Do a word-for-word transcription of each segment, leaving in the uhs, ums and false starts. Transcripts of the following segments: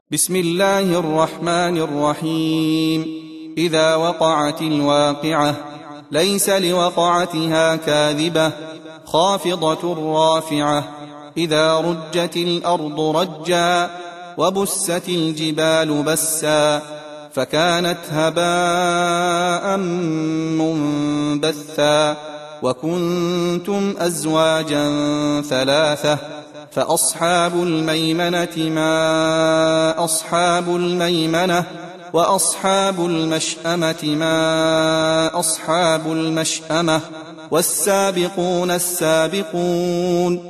بسم الله الرحمن الرحيم. إذا وقعت الواقعة ليس لوقعتها كاذبة خافضة رافعة. إذا رجت الأرض رجا وبست الجبال بسا فكانت هباء منبثا وكنتم أزواجا ثلاثة فأصحاب الميمنة ما أصحاب الميمنة وأصحاب المشأمة ما أصحاب المشأمة والسابقون السابقون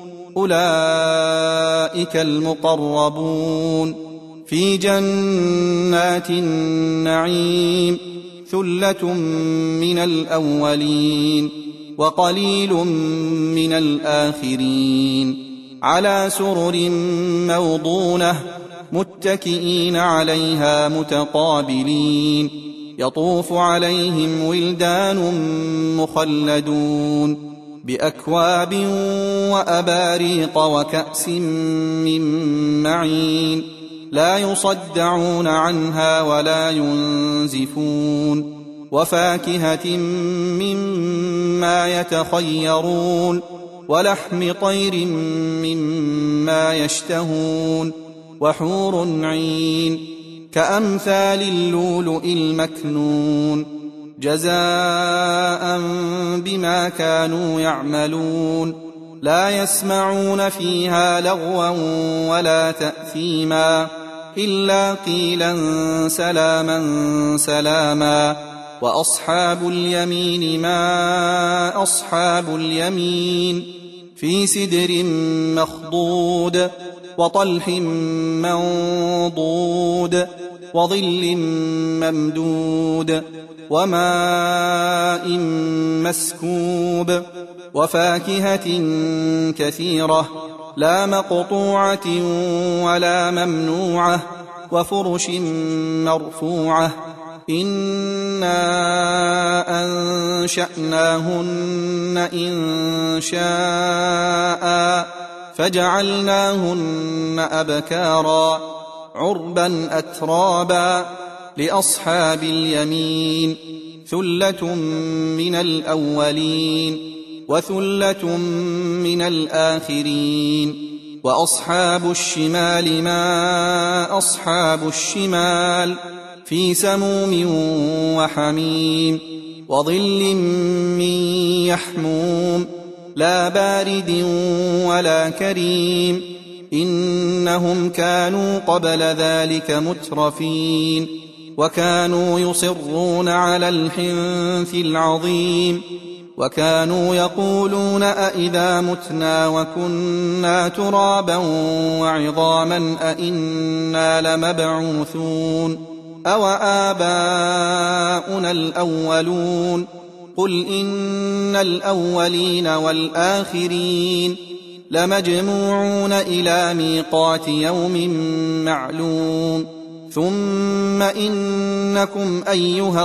أولئك المقربون في جنات النعيم ثلة من الأولين وقليل من الآخرين على سرر موضونة متكئين عليها متقابلين يطوف عليهم ولدان مخلدون بأكواب وأباريق وكأس من معين لا يصدعون عنها ولا ينزفون وفاكهة مما يتخيرون ولحم طير مما يشتهون وحور عين كأمثال اللؤلؤ المكنون جزاء بما كانوا يعملون لا يسمعون فيها لغوا ولا تأثيما إلا قيلا سلاما سلاما. وأصحاب اليمين ما أصحاب اليمين في سدر مخضود وطلح منضود وظل ممدود وماء مسكوب وفاكهة كثيرة لا مقطوعة ولا ممنوعة وفرش مرفوعة إنا أنشأناهن إن شاء فجعلناهن أبكارا عربا أترابا لأصحاب اليمين ثلة من الأولين وثلة من الآخرين. وأصحاب الشمال ما أصحاب الشمال في سموم وحميم وظل من يحموم لا بارد ولا كريم إنهم كانوا قبل ذلك مترفين وكانوا يصرون على الحنث العظيم وكانوا يقولون أئذا متنا وكنا ترابا وعظاما أئنا لمبعوثون أو آباؤنا الأولون قل إن الأولين والآخرين لمجموعون إلى ميقات يوم معلوم ثم إنكم أيها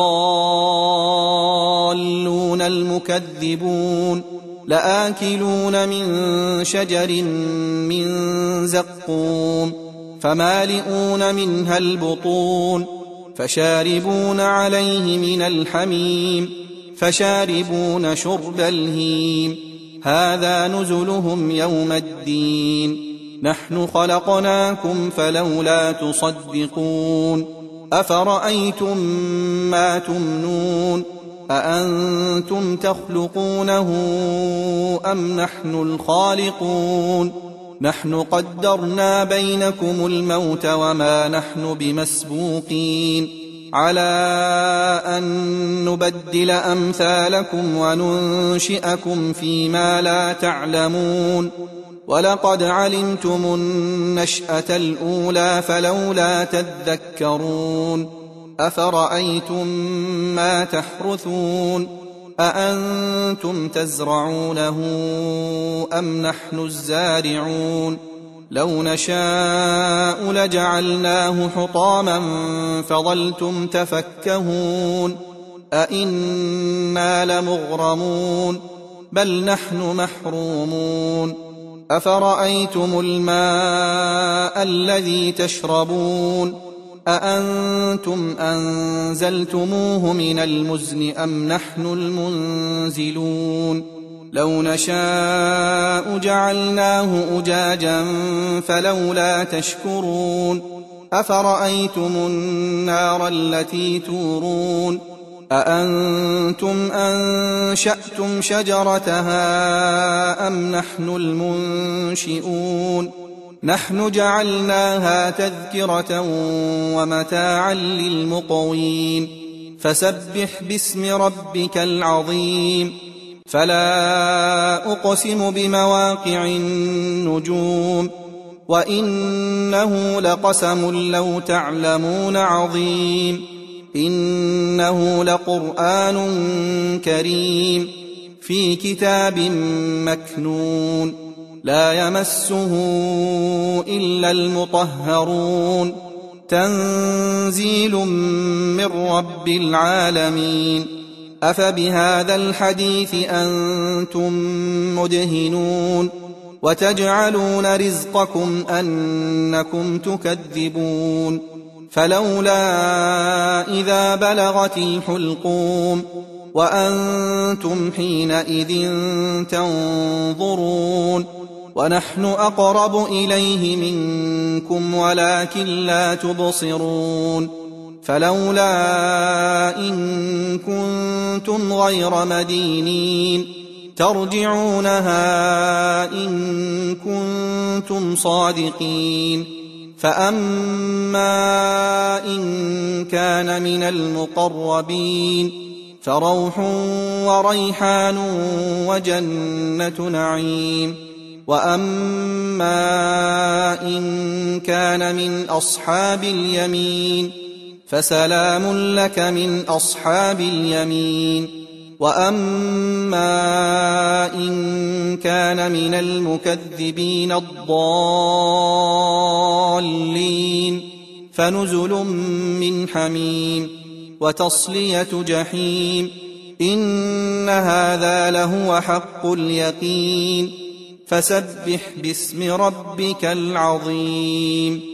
الضالون المكذبون لآكلون من شجر من زقوم فمالئون منها البطون فشاربون عليه من الحميم فشاربون شرب الهيم هذا نزلهم يوم الدين نحن خلقناكم فلولا تصدقون أفرأيتم ما تمنون أأنتم تخلقونه أم نحن الخالقون نحن قدرنا بينكم الموت وما نحن بمسبوقين على أن نبدل أمثالكم وننشئكم فيما لا تعلمون ولقد علمتم النشأة الأولى فلولا تذكرون أفرأيتم ما تحرثون أأنتم تزرعونه أم نحن الزارعون لو نشاء لجعلناه حطاما فظلتم تفكهون أئنا لمغرمون بل نحن محرومون أفرأيتم الماء الذي تشربون أأنتم أنزلتموه من المزن أم نحن المنزلون لو نشاء جعلناه أجاجا فلولا تشكرون أفرأيتم النار التي تورون أأنتم أنشأتم شجرتها أم نحن المنشئون نحن جعلناها تذكرة ومتاعا للمقوين فسبح باسم ربك العظيم فلا أقسم بمواقع النجوم وإنه لقسم لو تعلمون عظيم إنه لقرآن كريم في كتاب مكنون لا يمسه إلا المطهرون تنزيل من رب العالمين أفبهذا الحديث أنتم مدهنون وتجعلون رزقكم أنكم تكذبون فلولا إذا بلغت الحلقوم وأنتم حينئذ تنظرون ونحن أقرب إليه منكم ولكن لا تبصرون فلولا إن كنتم غير مدينين ترجعونها إن كنتم صادقين فأما إن كان من المقربين فروح وريحان وجنة نعيم وأما إن كان من أصحاب اليمين فسلام لك من أصحاب اليمين وأما إن كان من المكذبين الضالين فنزل من حميم وتصلية جحيم إن هذا لهو حق اليقين فسبح باسم ربك العظيم